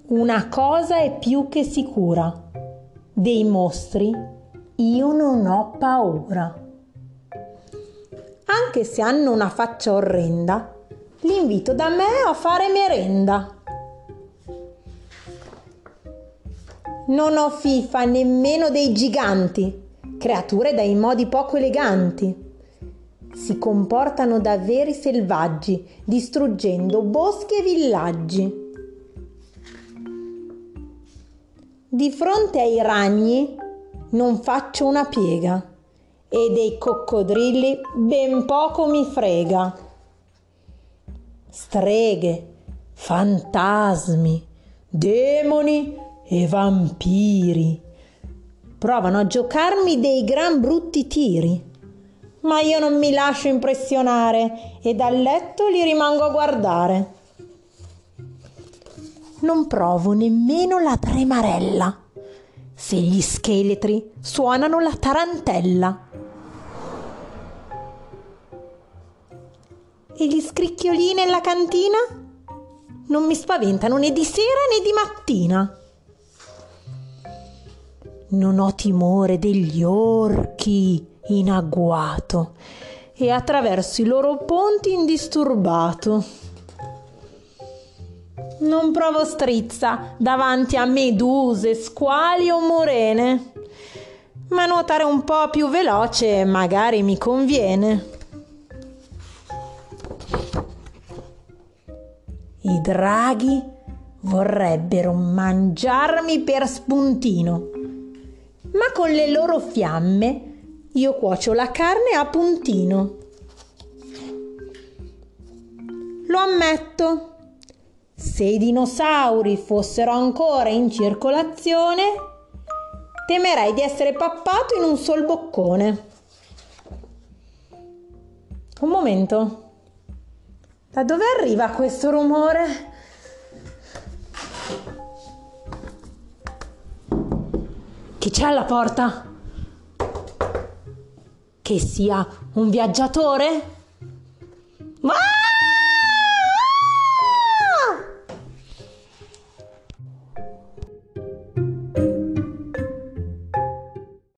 Una cosa è più che sicura: dei mostri io non ho paura. Anche se hanno una faccia orrenda, li invito da me a fare merenda. Non ho fifa nemmeno dei giganti, creature dai modi poco eleganti. Si comportano da veri selvaggi, distruggendo boschi e villaggi. Di fronte ai ragni non faccio una piega e dei coccodrilli ben poco mi frega. Streghe, fantasmi, demoni e vampiri provano a giocarmi dei gran brutti tiri, ma io non mi lascio impressionare e dal letto li rimango a guardare. Non provo nemmeno la tremarella se gli scheletri suonano la tarantella. E gli scricchioli nella cantina non mi spaventano né di sera né di mattina. Non ho timore degli orchi in agguato e attraverso i loro ponti indisturbato. Non provo strizza davanti a meduse, squali o murene, ma nuotare un po' più veloce magari mi conviene. I draghi vorrebbero mangiarmi per spuntino, ma con le loro fiamme io cuocio la carne a puntino. Lo ammetto, se i dinosauri fossero ancora in circolazione, temerei di essere pappato in un sol boccone. Un momento. Da dove arriva questo rumore? Chi c'è alla porta? Che sia un viaggiatore? Ah!